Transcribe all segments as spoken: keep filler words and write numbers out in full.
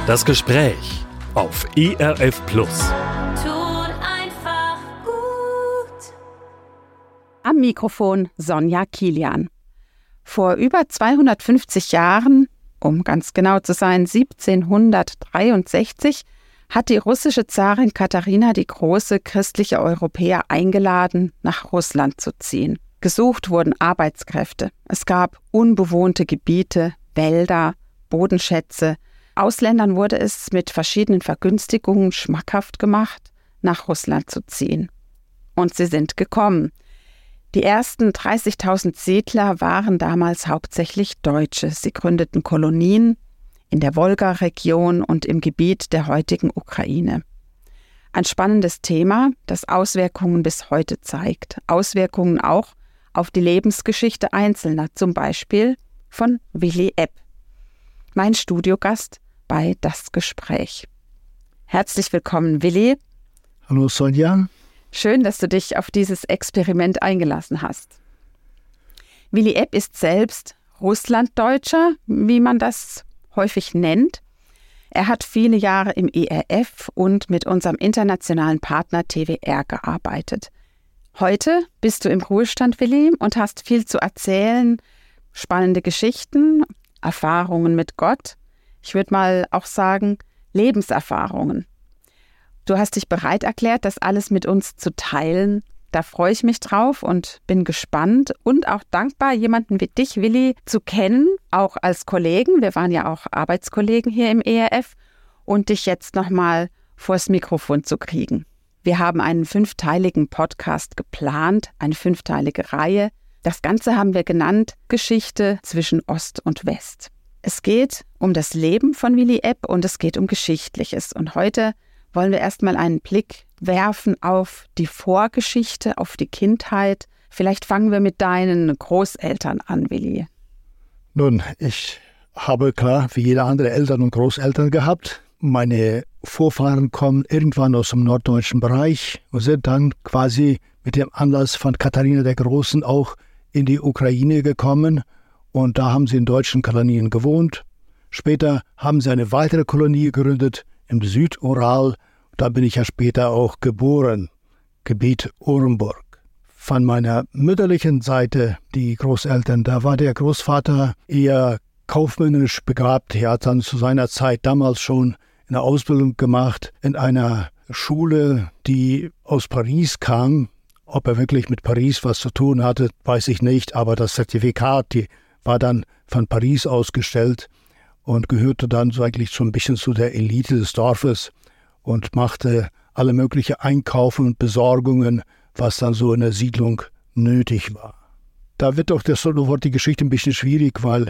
Das Gespräch auf E R F Plus. Tut einfach gut. Am Mikrofon Sonja Kilian. Vor über zweihundertfünfzig Jahren, um ganz genau zu sein siebzehnhundertdreiundsechzig, hat die russische Zarin Katharina die Große christliche Europäer eingeladen, nach Russland zu ziehen. Gesucht wurden Arbeitskräfte. Es gab unbewohnte Gebiete, Wälder, Bodenschätze. Ausländern wurde es mit verschiedenen Vergünstigungen schmackhaft gemacht, nach Russland zu ziehen. Und sie sind gekommen. Die ersten dreißigtausend Siedler waren damals hauptsächlich Deutsche. Sie gründeten Kolonien in der Wolga-Region und im Gebiet der heutigen Ukraine. Ein spannendes Thema, das Auswirkungen bis heute zeigt. Auswirkungen auch auf die Lebensgeschichte Einzelner, zum Beispiel von Willi Epp. Mein Studiogast bei Das Gespräch. Herzlich willkommen, Willi. Hallo Sonja. Schön, dass du dich auf dieses Experiment eingelassen hast. Willi Epp ist selbst Russlanddeutscher, wie man das häufig nennt. Er hat viele Jahre im E R F und mit unserem internationalen Partner T W R gearbeitet. Heute bist du im Ruhestand, Willi, und hast viel zu erzählen, spannende Geschichten, Erfahrungen mit Gott. Ich würde mal auch sagen, Lebenserfahrungen. Du hast dich bereit erklärt, das alles mit uns zu teilen. Da freue ich mich drauf und bin gespannt und auch dankbar, jemanden wie dich, Willi, zu kennen, auch als Kollegen. Wir waren ja auch Arbeitskollegen hier im E R F und dich jetzt nochmal vors Mikrofon zu kriegen. Wir haben einen fünfteiligen Podcast geplant, eine fünfteilige Reihe. Das Ganze haben wir genannt Geschichte zwischen Ost und West. Es geht um das Leben von Willi Epp und es geht um Geschichtliches. Und heute wollen wir erstmal einen Blick werfen auf die Vorgeschichte, auf die Kindheit. Vielleicht fangen wir mit deinen Großeltern an, Willi. Nun, ich habe klar wie jeder andere Eltern und Großeltern gehabt. Meine Vorfahren kommen irgendwann aus dem norddeutschen Bereich und sind dann quasi mit dem Anlass von Katharina der Großen auch in die Ukraine gekommen. Und da haben sie in deutschen Kolonien gewohnt. Später haben sie eine weitere Kolonie gegründet im Südural. Da bin ich ja später auch geboren, Gebiet Orenburg. Von meiner mütterlichen Seite, die Großeltern, da war der Großvater eher kaufmännisch begabt. Er hat dann zu seiner Zeit damals schon eine Ausbildung gemacht in einer Schule, die aus Paris kam. Ob er wirklich mit Paris was zu tun hatte, weiß ich nicht. Aber das Zertifikat, die war dann von Paris ausgestellt und gehörte dann so eigentlich so ein bisschen zu der Elite des Dorfes und machte alle möglichen Einkaufen und Besorgungen, was dann so in der Siedlung nötig war. Da wird doch das sofort die Geschichte ein bisschen schwierig, weil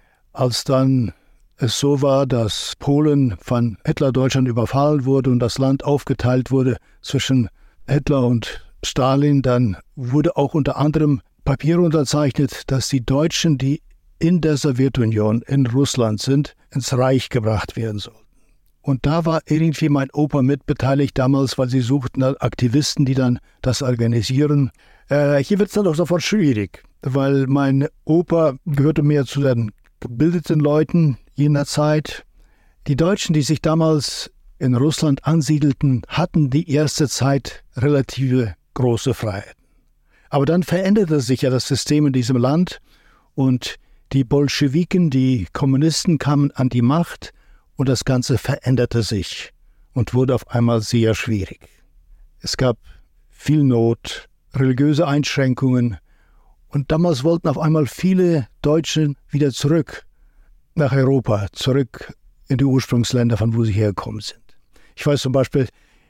als dann es so war, dass Polen von Hitler-Deutschland überfallen wurde und das Land aufgeteilt wurde zwischen Hitler und Stalin, dann wurde auch unter anderem Papier unterzeichnet, dass die Deutschen, die in der Sowjetunion, in Russland sind, ins Reich gebracht werden sollten. Und da war irgendwie mein Opa mitbeteiligt damals, weil sie suchten Aktivisten, die dann das organisieren. Äh, hier wird es dann auch sofort schwierig, weil mein Opa gehörte mehr zu den gebildeten Leuten jener Zeit. Die Deutschen, die sich damals in Russland ansiedelten, hatten die erste Zeit relative große Freiheiten. Aber dann veränderte sich ja das System in diesem Land und die Bolschewiken, die Kommunisten kamen an die Macht und das Ganze veränderte sich und wurde auf einmal sehr schwierig. Es gab viel Not, religiöse Einschränkungen und damals wollten auf einmal viele Deutsche wieder zurück nach Europa, zurück in die Ursprungsländer, von wo sie hergekommen sind. Ich weiß zum Beispiel,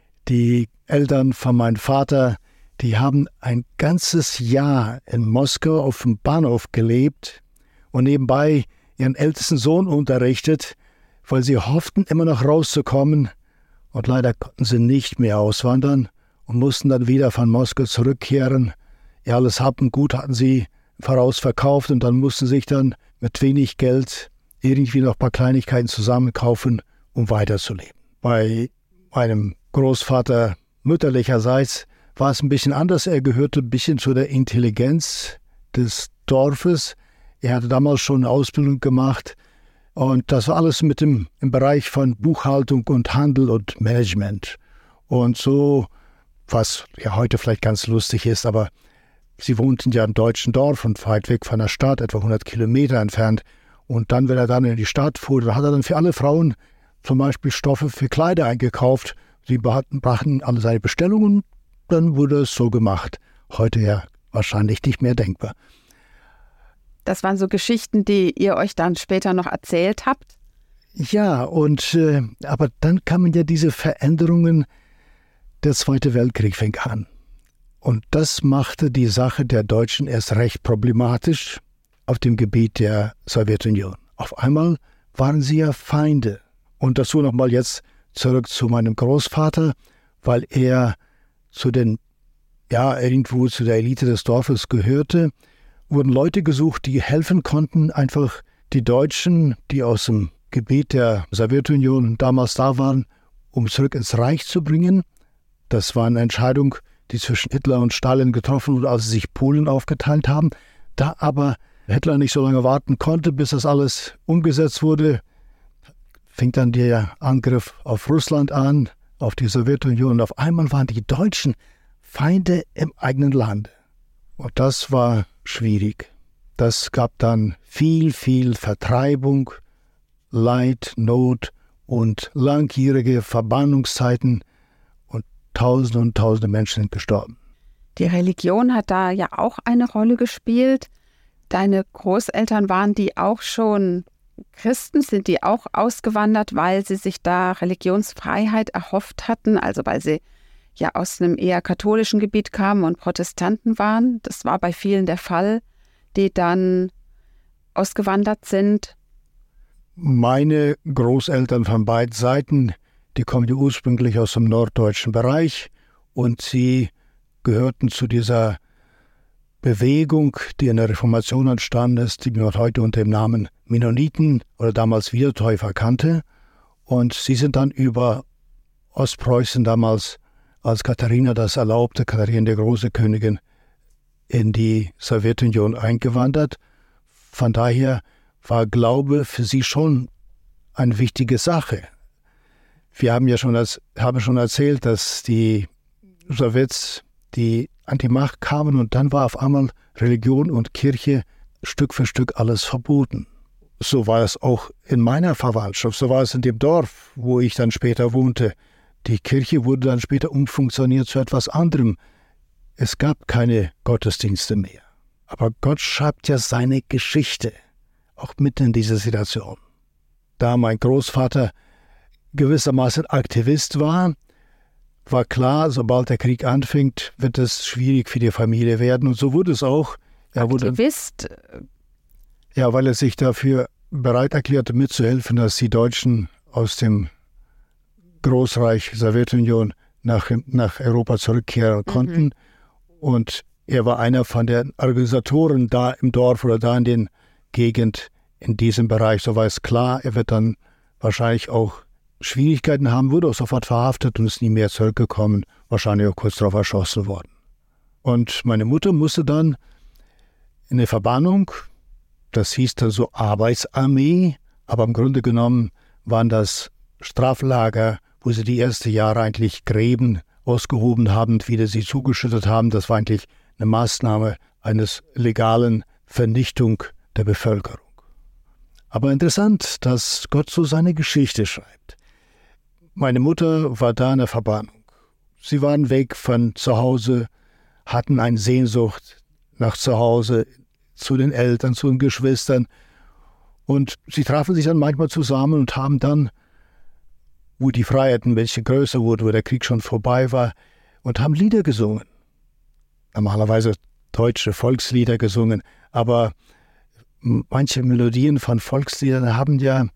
die Eltern von meinem Vater, die haben ein ganzes Jahr in Moskau auf dem Bahnhof gelebt und nebenbei ihren ältesten Sohn unterrichtet, weil sie hofften, immer noch rauszukommen. Und leider konnten sie nicht mehr auswandern und mussten dann wieder von Moskau zurückkehren. Ja, alles Hab und Gut hatten sie voraus verkauft und dann mussten sie sich dann mit wenig Geld irgendwie noch ein paar Kleinigkeiten zusammenkaufen, um weiterzuleben. Bei meinem Großvater mütterlicherseits war es ein bisschen anders. Er gehörte ein bisschen zu der Intelligenz des Dorfes. Er hatte damals schon eine Ausbildung gemacht Und das war alles mit dem im Bereich von Buchhaltung und Handel und Management. Und so, was ja heute vielleicht ganz lustig ist, aber sie wohnten ja im deutschen Dorf und weit weg von der Stadt, etwa hundert Kilometer entfernt. Und dann, wenn er dann in die Stadt fuhr, dann hat er dann für alle Frauen zum Beispiel Stoffe für Kleider eingekauft. Sie brachten alle seine Bestellungen, dann wurde es so gemacht. Heute ja wahrscheinlich nicht mehr denkbar. Das waren so Geschichten, die ihr euch dann später noch erzählt habt? Ja, und äh, aber dann kamen ja diese Veränderungen, der Zweite Weltkrieg fing an. Und das machte die Sache der Deutschen erst recht problematisch auf dem Gebiet der Sowjetunion. Auf einmal waren sie ja Feinde. Und dazu nochmal jetzt zurück zu meinem Großvater, weil er zu den, ja, irgendwo zu der Elite des Dorfes gehörte, wurden Leute gesucht, die helfen konnten, einfach die Deutschen, die aus dem Gebiet der Sowjetunion damals da waren, um zurück ins Reich zu bringen. Das war eine Entscheidung, die zwischen Hitler und Stalin getroffen wurde, als sie sich Polen aufgeteilt haben. Da aber Hitler nicht so lange warten konnte, bis das alles umgesetzt wurde, fing dann der Angriff auf Russland an, auf die Sowjetunion. Und auf einmal waren die Deutschen Feinde im eigenen Land. Und das war schwierig. Das gab dann viel, viel Vertreibung, Leid, Not und langjährige Verbannungszeiten. Und Tausende und Tausende Menschen sind gestorben. Die Religion hat da ja auch eine Rolle gespielt. Deine Großeltern, waren die auch schon Christen? Sind die auch ausgewandert, weil sie sich da Religionsfreiheit erhofft hatten? Also weil sie ja aus einem eher katholischen Gebiet kamen und Protestanten waren. Das war bei vielen der Fall, die dann ausgewandert sind. Meine Großeltern von beiden Seiten, die kommen ja ursprünglich aus dem norddeutschen Bereich und sie gehörten zu dieser Bewegung, die in der Reformation entstanden ist, die man heute unter dem Namen Mennoniten oder damals Wiedertäufer kannte. Und sie sind dann über Ostpreußen damals, als Katharina das erlaubte, Katharina die große Königin, in die Sowjetunion eingewandert. Von daher war Glaube für sie schon eine wichtige Sache. Wir haben ja schon, als, haben schon erzählt, dass die Sowjets, die an die Macht kamen und dann war auf einmal Religion und Kirche Stück für Stück alles verboten. So war es auch in meiner Verwandtschaft, so war es in dem Dorf, wo ich dann später wohnte. Die Kirche wurde dann später umfunktioniert zu etwas anderem. Es gab keine Gottesdienste mehr. Aber Gott schreibt ja seine Geschichte, auch mitten in dieser Situation. Da mein Großvater gewissermaßen Aktivist war, war klar, sobald der Krieg anfängt, wird es schwierig für die Familie werden. Und so wurde es auch. Er Aktivist? Wurde, ja, weil er sich dafür bereit erklärte, mitzuhelfen, dass die Deutschen aus dem Großreich Sowjetunion nach, nach Europa zurückkehren konnten. Mhm. Und er war einer von den Organisatoren da im Dorf oder da in den Gegend in diesem Bereich. So war es klar, er wird dann wahrscheinlich auch Schwierigkeiten haben, wurde auch sofort verhaftet und ist nie mehr zurückgekommen, wahrscheinlich auch kurz darauf erschossen worden. Und meine Mutter musste dann in eine Verbannung, das hieß dann so Arbeitsarmee, aber im Grunde genommen waren das Straflager, wo sie die ersten Jahre eigentlich Gräben ausgehoben haben und wieder sie zugeschüttet haben. Das war eigentlich eine Maßnahme eines legalen Vernichtung der Bevölkerung. Aber interessant, dass Gott so seine Geschichte schreibt. Meine Mutter war da in der Verbannung. Sie waren weg von zu Hause, hatten eine Sehnsucht nach zu Hause, zu den Eltern, zu den Geschwistern. Und sie trafen sich dann manchmal zusammen und haben dann, wo die Freiheit ein bisschen größer wurde, wo der Krieg schon vorbei war, und haben Lieder gesungen. Normalerweise deutsche Volkslieder gesungen, aber manche Melodien von Volksliedern haben ja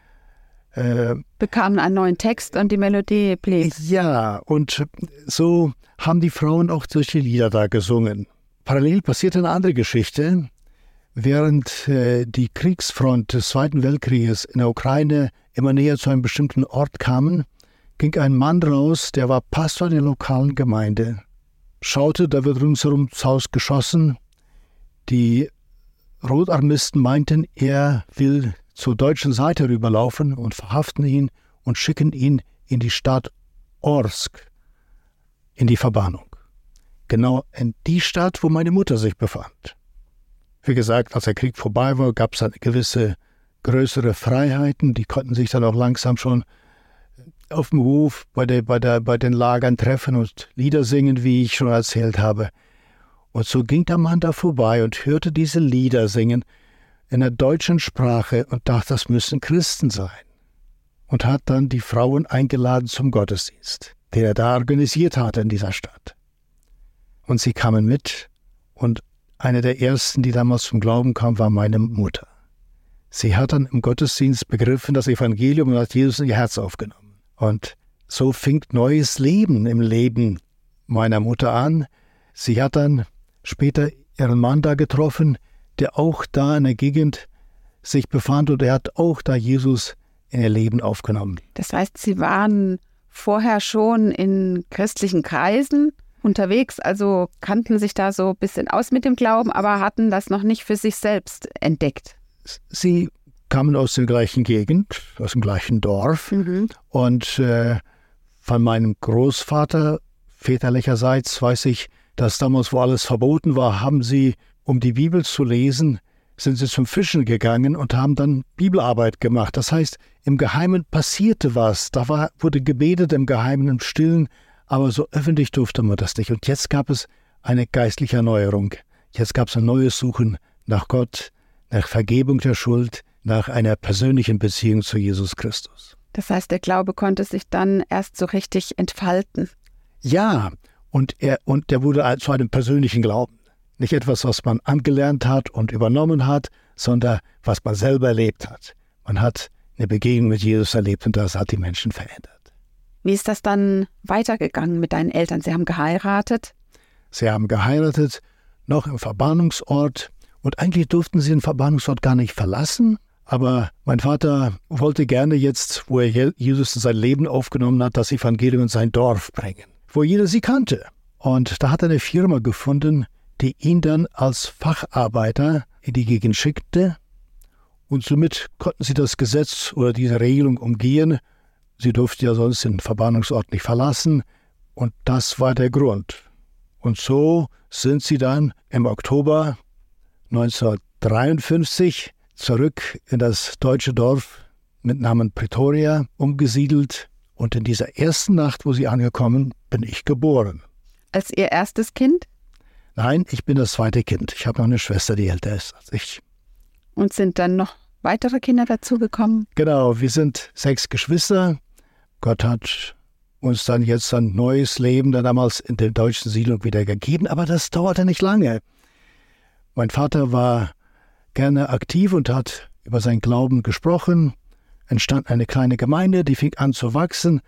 äh, bekamen einen neuen Text und die Melodie blieb. Ja, und so haben die Frauen auch solche Lieder da gesungen. Parallel passierte eine andere Geschichte. Während äh, die Kriegsfront des Zweiten Weltkrieges in der Ukraine immer näher zu einem bestimmten Ort kamen, ging ein Mann raus, der war Pastor der lokalen Gemeinde. Schaute, da wird ringsherum ins Haus geschossen. Die Rotarmisten meinten, er will zur deutschen Seite rüberlaufen und verhaften ihn und schicken ihn in die Stadt Orsk, in die Verbannung. Genau in die Stadt, wo meine Mutter sich befand. Wie gesagt, als der Krieg vorbei war, gab es eine gewisse größere Freiheiten. Die konnten sich dann auch langsam schon auf dem Hof bei, der, bei, der, bei den Lagern treffen und Lieder singen, wie ich schon erzählt habe. Und so ging der Mann da vorbei und hörte diese Lieder singen in der deutschen Sprache und dachte, das müssen Christen sein. Und hat dann die Frauen eingeladen zum Gottesdienst, den er da organisiert hatte in dieser Stadt. Und sie kamen mit und eine der ersten, die damals zum Glauben kam, war meine Mutter. Sie hat dann im Gottesdienst begriffen, das Evangelium, und hat Jesus in ihr Herz aufgenommen. Und so fing neues Leben im Leben meiner Mutter an. Sie hat dann später ihren Mann da getroffen, der auch da in der Gegend sich befand, und er hat auch da Jesus in ihr Leben aufgenommen. Das heißt, Sie waren vorher schon in christlichen Kreisen unterwegs, also kannten sich da so ein bisschen aus mit dem Glauben, aber hatten das noch nicht für sich selbst entdeckt. Sie kamen aus der gleichen Gegend, aus dem gleichen Dorf. Mhm. Und äh, von meinem Großvater väterlicherseits weiß ich, dass damals, wo alles verboten war, haben sie, um die Bibel zu lesen, sind sie zum Fischen gegangen und haben dann Bibelarbeit gemacht. Das heißt, im Geheimen passierte was. Da war, wurde gebetet im Geheimen, im Stillen, aber so öffentlich durfte man das nicht. Und jetzt gab es eine geistliche Erneuerung. Jetzt gab es ein neues Suchen nach Gott, nach Vergebung der Schuld, nach einer persönlichen Beziehung zu Jesus Christus. Das heißt, der Glaube konnte sich dann erst so richtig entfalten. Ja, und er, und der wurde zu einem persönlichen Glauben. Nicht etwas, was man angelernt hat und übernommen hat, sondern was man selber erlebt hat. Man hat eine Begegnung mit Jesus erlebt und das hat die Menschen verändert. Wie ist das dann weitergegangen mit deinen Eltern? Sie haben geheiratet? Sie haben geheiratet, noch im Verbannungsort. Und eigentlich durften sie den Verbannungsort gar nicht verlassen. Aber mein Vater wollte gerne jetzt, wo er Jesus in sein Leben aufgenommen hat, das Evangelium in sein Dorf bringen, wo jeder sie kannte. Und da hat er eine Firma gefunden, die ihn dann als Facharbeiter in die Gegend schickte. Und somit konnten sie das Gesetz oder diese Regelung umgehen. Sie durften ja sonst den Verbannungsort nicht verlassen. Und das war der Grund. Und so sind sie dann im Oktober neunzehnhundertdreiundfünfzig zurück in das deutsche Dorf mit Namen Pretoria umgesiedelt. Und in dieser ersten Nacht, wo sie angekommen, bin ich geboren. Als Ihr erstes Kind? Nein, ich bin das zweite Kind. Ich habe noch eine Schwester, die älter ist als ich. Und sind dann noch weitere Kinder dazugekommen? Genau, wir sind sechs Geschwister. Gott hat uns dann jetzt ein neues Leben dann damals in der deutschen Siedlung wieder gegeben, aber das dauerte nicht lange. Mein Vater war gerne aktiv und hat über seinen Glauben gesprochen. Entstand eine kleine Gemeinde, die fing an zu wachsen.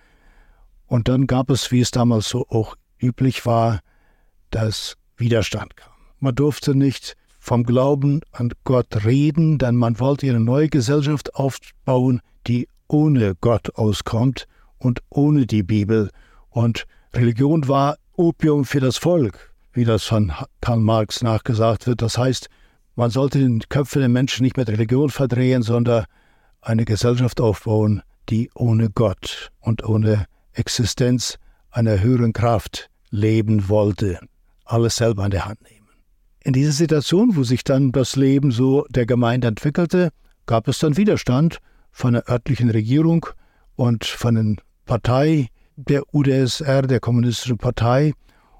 Und dann gab es, wie es damals so auch üblich war, dass Widerstand kam. Man durfte nicht vom Glauben an Gott reden, denn man wollte eine neue Gesellschaft aufbauen, die ohne Gott auskommt und ohne die Bibel. Und Religion war Opium für das Volk, wie das von Karl Marx nachgesagt wird. Das heißt, man sollte den Köpfe der Menschen nicht mit Religion verdrehen, sondern eine Gesellschaft aufbauen, die ohne Gott und ohne Existenz einer höheren Kraft leben wollte. Alles selber in der Hand nehmen. In dieser Situation, wo sich dann das Leben so der Gemeinde entwickelte, gab es dann Widerstand von der örtlichen Regierung und von der Partei der U d S R, der Kommunistischen Partei.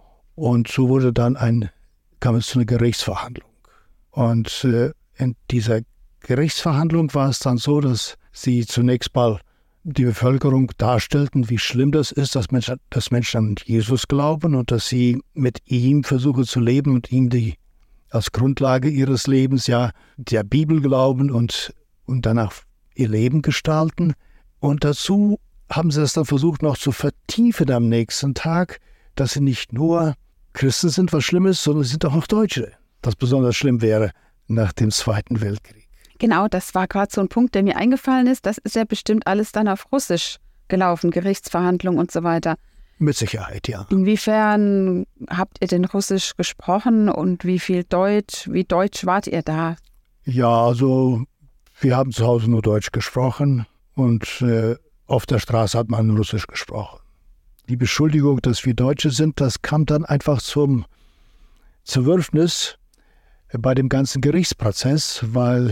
Und so wurde dann ein, kam es zu einer Gerichtsverhandlung. Und äh, in dieser Gerichtsverhandlung war es dann so, dass sie zunächst mal die Bevölkerung darstellten, wie schlimm das ist, dass Menschen, dass Menschen an Jesus glauben und dass sie mit ihm versuchen zu leben und ihm die als Grundlage ihres Lebens ja der Bibel glauben und, und danach ihr Leben gestalten. Und dazu haben sie es dann versucht noch zu vertiefen am nächsten Tag, dass sie nicht nur Christen sind, was schlimm ist, sondern sie sind auch noch Deutsche, was besonders schlimm wäre nach dem Zweiten Weltkrieg. Genau, das war gerade so ein Punkt, der mir eingefallen ist. Das ist ja bestimmt alles dann auf Russisch gelaufen, Gerichtsverhandlungen und so weiter. Mit Sicherheit, ja. Inwiefern habt ihr denn Russisch gesprochen und wie viel Deutsch, wie deutsch wart ihr da? Ja, also Wir haben zu Hause nur Deutsch gesprochen und äh, auf der Straße hat man Russisch gesprochen. Die Beschuldigung, dass wir Deutsche sind, das kam dann einfach zum Zerwürfnis bei dem ganzen Gerichtsprozess, weil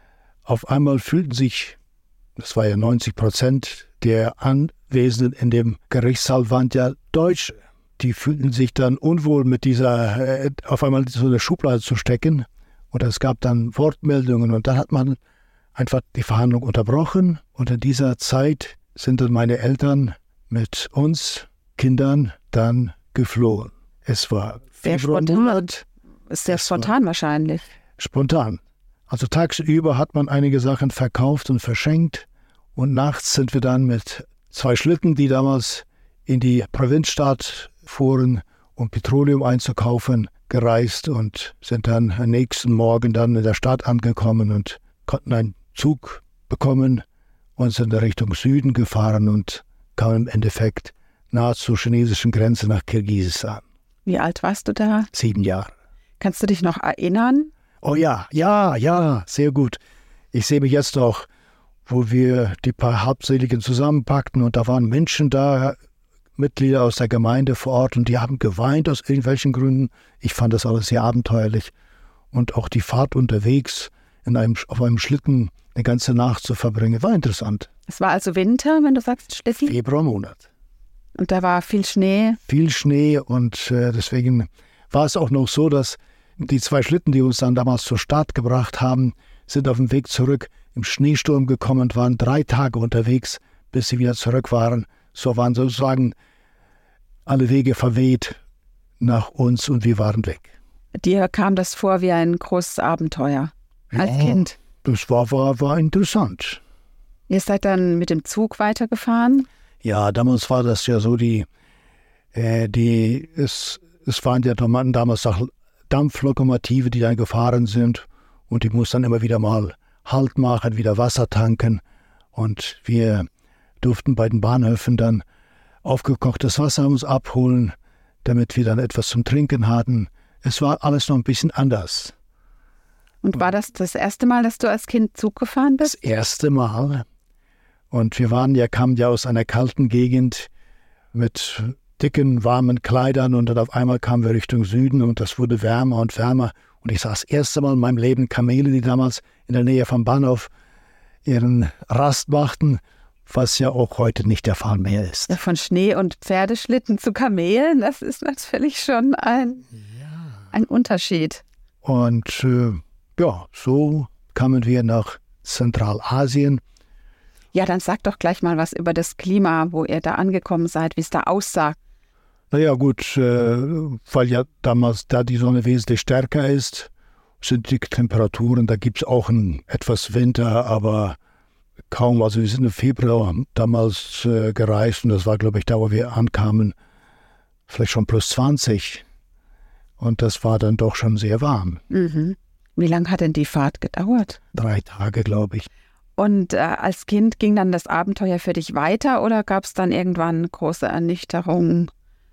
auf einmal fühlten sich, das war ja neunzig Prozent der Anwesenden in dem Gerichtssaal waren ja Deutsche. Die fühlten sich dann unwohl mit dieser, äh, auf einmal so eine Schublade zu stecken. Und es gab dann Wortmeldungen und dann hat man einfach die Verhandlung unterbrochen. Und in dieser Zeit sind dann meine Eltern mit uns Kindern dann geflohen. Es war Sehr spontan. Sehr spontan wahrscheinlich. Spontan. Also tagsüber hat man einige Sachen verkauft und verschenkt. Und nachts sind wir dann mit zwei Schlitten, die damals in die Provinzstadt fuhren, um Petroleum einzukaufen, gereist und sind dann am nächsten Morgen dann in der Stadt angekommen und konnten einen Zug bekommen und sind in Richtung Süden gefahren und kamen im Endeffekt nahe zur chinesischen Grenze nach Kirgisistan. Wie alt warst du da? Sieben Jahre. Kannst du dich noch erinnern? Oh ja, ja, ja, sehr gut. Ich sehe mich jetzt noch, wo wir die paar Halbseligen zusammenpackten und da waren Menschen da, Mitglieder aus der Gemeinde vor Ort und die haben geweint aus irgendwelchen Gründen. Ich fand das alles sehr abenteuerlich. Und auch die Fahrt unterwegs in einem, auf einem Schlitten eine ganze Nacht zu verbringen, war interessant. Es war also Winter, wenn du sagst Schlitten? Februarmonat. Und da war viel Schnee? Viel Schnee und äh, deswegen war es auch noch so, dass die zwei Schlitten, die uns dann damals zur Stadt gebracht haben, sind auf dem Weg zurück im Schneesturm gekommen und waren drei Tage unterwegs, bis sie wieder zurück waren. So waren sozusagen alle Wege verweht nach uns und wir waren weg. Dir kam das vor wie ein großes Abenteuer als ja, Kind? Das war, war, war interessant. Ihr seid dann mit dem Zug weitergefahren? Ja, damals war das ja so, die, äh, die es, es waren ja damals auch Dampflokomotive, die dann gefahren sind und die mussten dann immer wieder mal Halt machen, wieder Wasser tanken und wir durften bei den Bahnhöfen dann aufgekochtes Wasser uns abholen, damit wir dann etwas zum Trinken hatten. Es war alles noch ein bisschen anders. Und war das das erste Mal, dass du als Kind Zug gefahren bist? Das erste Mal. Und wir waren ja, kamen ja aus einer kalten Gegend mit dicken, warmen Kleidern und dann auf einmal kamen wir Richtung Süden und das wurde wärmer und wärmer. Und ich sah das erste Mal in meinem Leben Kamele, die damals in der Nähe vom Bahnhof ihren Rast machten, was ja auch heute nicht der Fall mehr ist. Ja, von Schnee und Pferdeschlitten zu Kamelen, das ist natürlich schon ein, ja. ein Unterschied. Und äh, ja, so kamen wir nach Zentralasien. Ja, dann sag doch gleich mal was über das Klima, wo ihr da angekommen seid, wie es da aussah. Naja gut, äh, weil ja damals, da die Sonne wesentlich stärker ist, sind die Temperaturen, da gibt es auch ein, etwas Winter, aber kaum. Also wir sind im Februar damals äh, gereist und das war, glaube ich, da, wo wir ankamen, vielleicht schon plus zwanzig. Und das war dann doch schon sehr warm. Mhm. Wie lange hat denn die Fahrt gedauert? Drei Tage, glaube ich. Und äh, als Kind ging dann das Abenteuer für dich weiter oder gab es dann irgendwann große Ernüchterungen?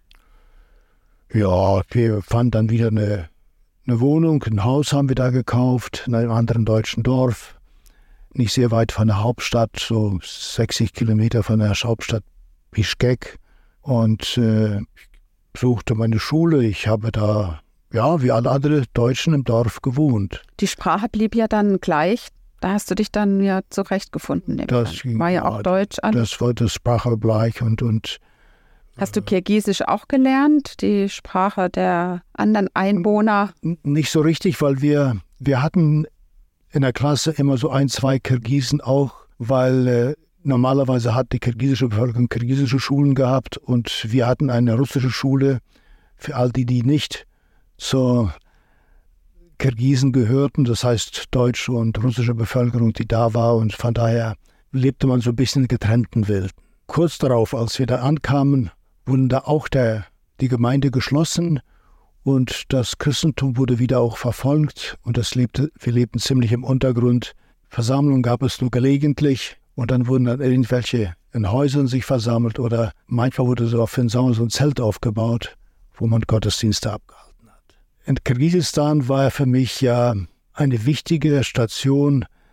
Ja, wir fanden dann wieder eine, eine Wohnung, ein Haus haben wir da gekauft, in einem anderen deutschen Dorf. Nicht sehr weit von der Hauptstadt, so sechzig Kilometer von der Hauptstadt Bischkek. Und äh, ich besuchte meine Schule. Ich habe da, ja, wie alle anderen Deutschen im Dorf gewohnt. Die Sprache blieb ja dann gleich. Da hast du dich dann ja zurechtgefunden. Das ging, war ja auch ja, Deutsch an. Das war das Sprache gleich und, und hast du Kirgisisch auch gelernt, die Sprache der anderen Einwohner? Nicht so richtig, weil wir, wir hatten in der Klasse immer so ein, zwei Kirgisen auch, weil äh, normalerweise hat die kirgisische Bevölkerung kirgisische Schulen gehabt und wir hatten eine russische Schule für all die, die nicht zur Kirgisen gehörten, das heißt deutsche und russische Bevölkerung, die da war und von daher lebte man so ein bisschen in getrennten Welten. Kurz darauf, als wir da ankamen, wurden da auch der, die Gemeinde geschlossen und das Christentum wurde wieder auch verfolgt und das lebte, wir lebten ziemlich im Untergrund. Versammlungen gab es nur gelegentlich und dann wurden dann irgendwelche in Häusern sich versammelt oder manchmal wurde so auf den Sommer so ein Zelt aufgebaut, wo man Gottesdienste abgehalten hat. In Kirgisistan war für mich ja eine wichtige Station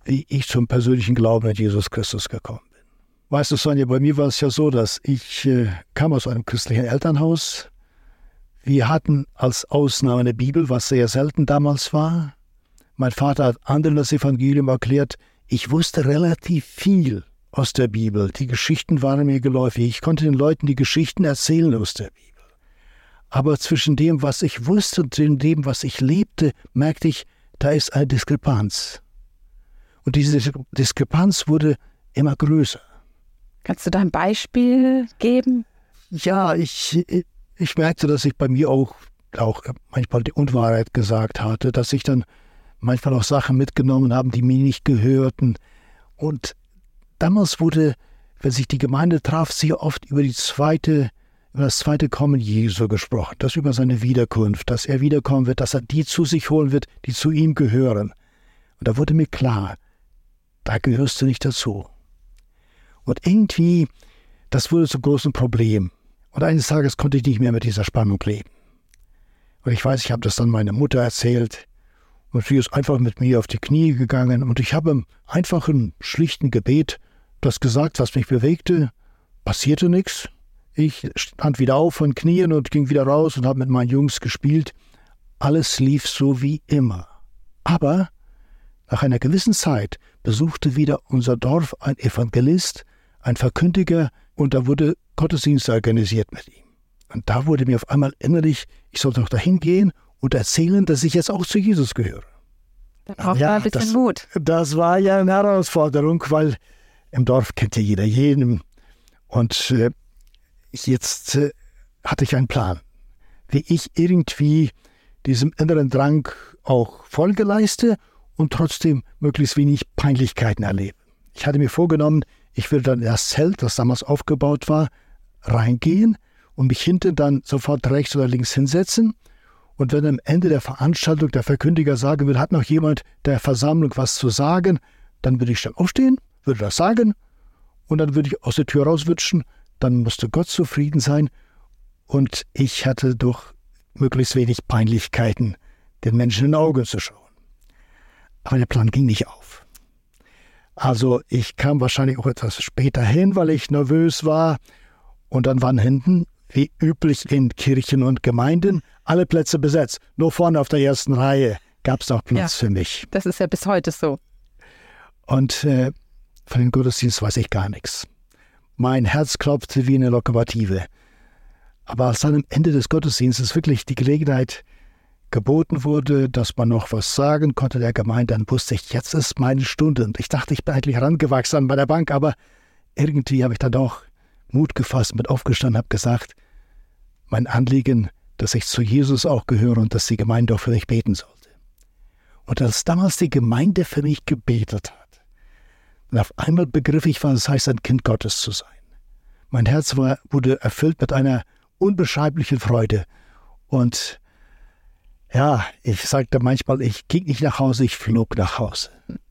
wie ich zum persönlichen Glauben an Jesus Christus gekommen bin. Weißt du, Sonja, bei mir war es ja so, dass ich äh, kam aus einem christlichen Elternhaus. Wir hatten als Ausnahme eine Bibel, was sehr selten damals war. Mein Vater hat anderen das Evangelium erklärt. Ich wusste relativ viel aus der Bibel. Die Geschichten waren mir geläufig. Ich konnte den Leuten die Geschichten erzählen aus der Bibel. Aber zwischen dem, was ich wusste und dem, was ich lebte, merkte ich, da ist eine Diskrepanz. Und diese Diskrepanz wurde immer größer. Kannst du da ein Beispiel geben? Ja, ich, ich merkte, dass ich bei mir auch, auch manchmal die Unwahrheit gesagt hatte, dass ich dann manchmal auch Sachen mitgenommen habe, die mir nicht gehörten. Und damals wurde, wenn sich die Gemeinde traf, sehr oft über die zweite, über das zweite Kommen Jesu gesprochen, das über seine Wiederkunft, dass er wiederkommen wird, dass er die zu sich holen wird, die zu ihm gehören. Und da wurde mir klar, da gehörst du nicht dazu. Und irgendwie, das wurde zum großen Problem. Und eines Tages konnte ich nicht mehr mit dieser Spannung leben. Und ich weiß, ich habe das dann meiner Mutter erzählt. Und sie ist einfach mit mir auf die Knie gegangen. Und ich habe im einfachen, schlichten Gebet das gesagt, was mich bewegte. Passierte nichts. Ich stand wieder auf von Knien und ging wieder raus und habe mit meinen Jungs gespielt. Alles lief so wie immer. Aber nach einer gewissen Zeit besuchte wieder unser Dorf ein Evangelist, ein Verkündiger, und da wurde Gottesdienst organisiert mit ihm. Und da wurde mir auf einmal innerlich, ich sollte doch dahin gehen und erzählen, dass ich jetzt auch zu Jesus gehöre. Da braucht ja, man ein bisschen das, Mut. Das war ja eine Herausforderung, weil im Dorf kennt ja jeder jeden. Und äh, jetzt äh, hatte ich einen Plan, wie ich irgendwie diesem inneren Drang auch Folge leiste und trotzdem möglichst wenig Peinlichkeiten erlebe. Ich hatte mir vorgenommen, ich würde dann in das Zelt, das damals aufgebaut war, reingehen und mich hinten dann sofort rechts oder links hinsetzen. Und wenn am Ende der Veranstaltung der Verkündiger sagen würde, hat noch jemand der Versammlung was zu sagen, dann würde ich dann aufstehen, würde das sagen und dann würde ich aus der Tür rauswutschen. Dann musste Gott zufrieden sein und ich hatte durch möglichst wenig Peinlichkeiten den Menschen in die Augen zu schauen. Aber der Plan ging nicht auf. Also ich kam wahrscheinlich auch etwas später hin, weil ich nervös war. Und dann waren hinten, wie üblich in Kirchen und Gemeinden, alle Plätze besetzt. Nur vorne auf der ersten Reihe gab es noch Platz ja, für mich. Das ist ja bis heute so. Und äh, von dem Gottesdienst weiß ich gar nichts. Mein Herz klopfte wie eine Lokomotive. Aber als dann am Ende des Gottesdienstes wirklich die Gelegenheit geboten wurde, dass man noch was sagen konnte der Gemeinde, dann wusste ich, jetzt ist meine Stunde. Und ich dachte, ich bin eigentlich herangewachsen bei der Bank, aber irgendwie habe ich dann doch Mut gefasst, mit aufgestanden, habe gesagt, mein Anliegen, dass ich zu Jesus auch gehöre und dass die Gemeinde auch für mich beten sollte. Und als damals die Gemeinde für mich gebetet hat, und auf einmal begriff ich, was es heißt, ein Kind Gottes zu sein. Mein Herz war, wurde erfüllt mit einer unbeschreiblichen Freude. Und ja, ich sagte manchmal, ich ging nicht nach Hause, ich flog nach Hause.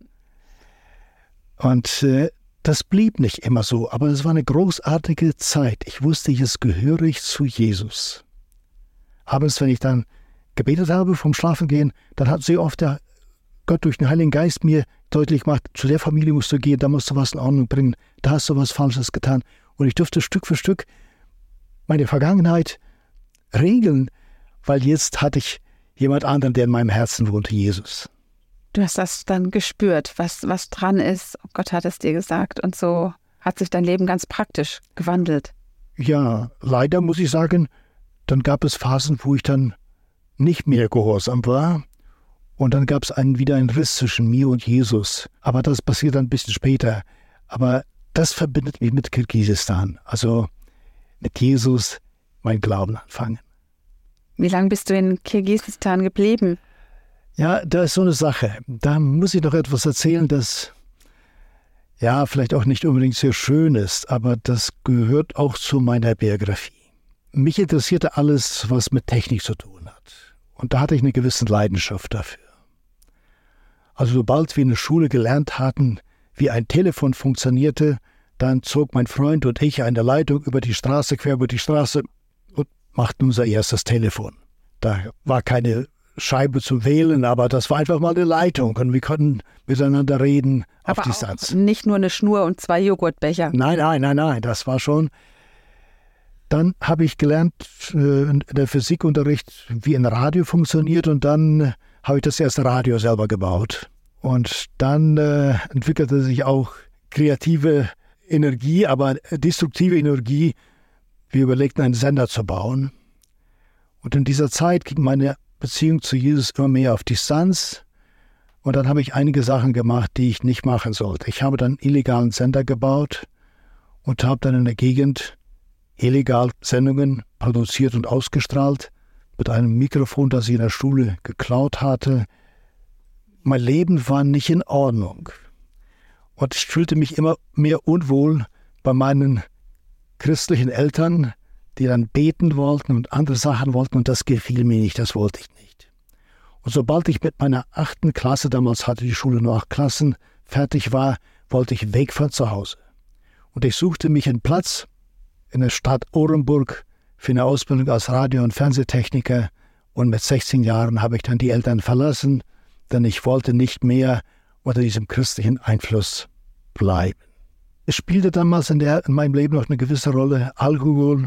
Und äh, das blieb nicht immer so, aber es war eine großartige Zeit. Ich wusste, jetzt gehöre ich zu Jesus. Abends, wenn ich dann gebetet habe vom Schlafengehen, dann hat sehr oft der Gott durch den Heiligen Geist mir deutlich gemacht, zu der Familie musst du gehen, da musst du was in Ordnung bringen, da hast du was Falsches getan. Und ich durfte Stück für Stück meine Vergangenheit regeln, weil jetzt hatte ich jemand anderen, der in meinem Herzen wohnte, Jesus. Du hast das dann gespürt, was, was dran ist. Gott hat es dir gesagt und so hat sich dein Leben ganz praktisch gewandelt. Ja, leider muss ich sagen, dann gab es Phasen, wo ich dann nicht mehr gehorsam war. Und dann gab es einen, wieder einen Riss zwischen mir und Jesus. Aber das passiert dann ein bisschen später. Aber das verbindet mich mit Kirgisistan. Also mit Jesus mein Glauben anfangen. Wie lange bist du in Kirgisistan geblieben? Ja, da ist so eine Sache. Da muss ich noch etwas erzählen, das ja vielleicht auch nicht unbedingt sehr schön ist, aber das gehört auch zu meiner Biografie. Mich interessierte alles, was mit Technik zu tun hat. Und da hatte ich eine gewisse Leidenschaft dafür. Also sobald wir in der Schule gelernt hatten, wie ein Telefon funktionierte, dann zog mein Freund und ich eine Leitung über die Straße, quer über die Straße und machten unser erstes Telefon. Da war keine Scheibe zum Wählen, aber das war einfach mal eine Leitung und wir konnten miteinander reden auf Aber Distanz. auch nicht nur eine Schnur und zwei Joghurtbecher. Nein, nein, nein, nein, das war schon. Dann habe ich gelernt äh, in der Physikunterricht, wie ein Radio funktioniert und dann habe ich das erste Radio selber gebaut. Und dann äh, entwickelte sich auch kreative Energie, aber destruktive Energie. Wir überlegten, einen Sender zu bauen. Und in dieser Zeit ging meine Beziehung zu Jesus immer mehr auf Distanz. Und dann habe ich einige Sachen gemacht, die ich nicht machen sollte. Ich habe dann einen illegalen Sender gebaut und habe dann in der Gegend illegal Sendungen produziert und ausgestrahlt mit einem Mikrofon, das ich in der Schule geklaut hatte. Mein Leben war nicht in Ordnung. Und ich fühlte mich immer mehr unwohl bei meinen christlichen Eltern, die dann beten wollten und andere Sachen wollten, und das gefiel mir nicht, das wollte ich nicht. Und sobald ich mit meiner achten Klasse, damals hatte die Schule nur acht Klassen, fertig war, wollte ich weg von zu Hause. Und ich suchte mich einen Platz in der Stadt Orenburg für eine Ausbildung als Radio- und Fernsehtechniker, und mit sechzehn Jahren habe ich dann die Eltern verlassen, denn ich wollte nicht mehr unter diesem christlichen Einfluss bleiben. Es spielte damals in, der, in meinem Leben noch eine gewisse Rolle Alkohol.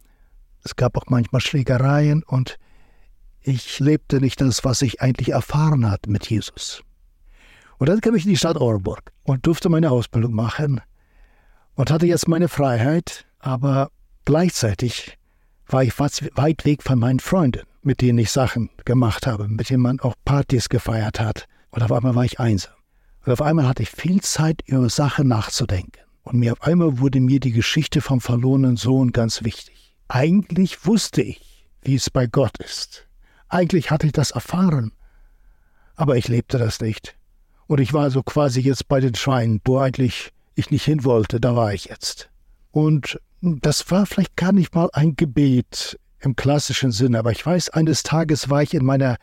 Es gab auch manchmal Schlägereien und ich lebte nicht das, was ich eigentlich erfahren hatte mit Jesus. Und dann kam ich in die Stadt Orenburg und durfte meine Ausbildung machen und hatte jetzt meine Freiheit, aber gleichzeitig war ich weit weg von meinen Freunden, mit denen ich Sachen gemacht habe, mit denen man auch Partys gefeiert hat. Und auf einmal war ich einsam. Und auf einmal hatte ich viel Zeit, über Sachen nachzudenken. Und mir auf einmal wurde mir die Geschichte vom verlorenen Sohn ganz wichtig. Eigentlich wusste ich, wie es bei Gott ist. Eigentlich hatte ich das erfahren. Aber ich lebte das nicht. Und ich war so quasi jetzt bei den Schweinen, wo eigentlich ich nicht hin wollte, da war ich jetzt. Und das war vielleicht gar nicht mal ein Gebet im klassischen Sinne, aber ich weiß, eines Tages war ich in meiner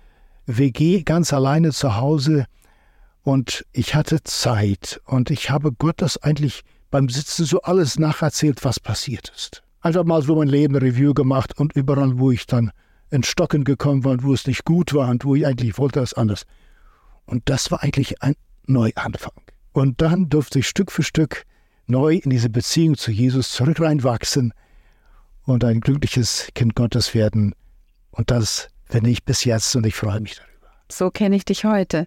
W G ganz alleine zu Hause und ich hatte Zeit und ich habe Gott das eigentlich beim Sitzen so alles nacherzählt, was passiert ist. Einfach mal so mein Leben Review gemacht und überall, wo ich dann in Stocken gekommen war und wo es nicht gut war und wo ich eigentlich wollte, das anders. Und das war eigentlich ein Neuanfang. Und dann durfte ich Stück für Stück neu in diese Beziehung zu Jesus zurück reinwachsen und ein glückliches Kind Gottes werden. Und das bin ich bis jetzt und ich freue mich darüber. So kenne ich dich heute.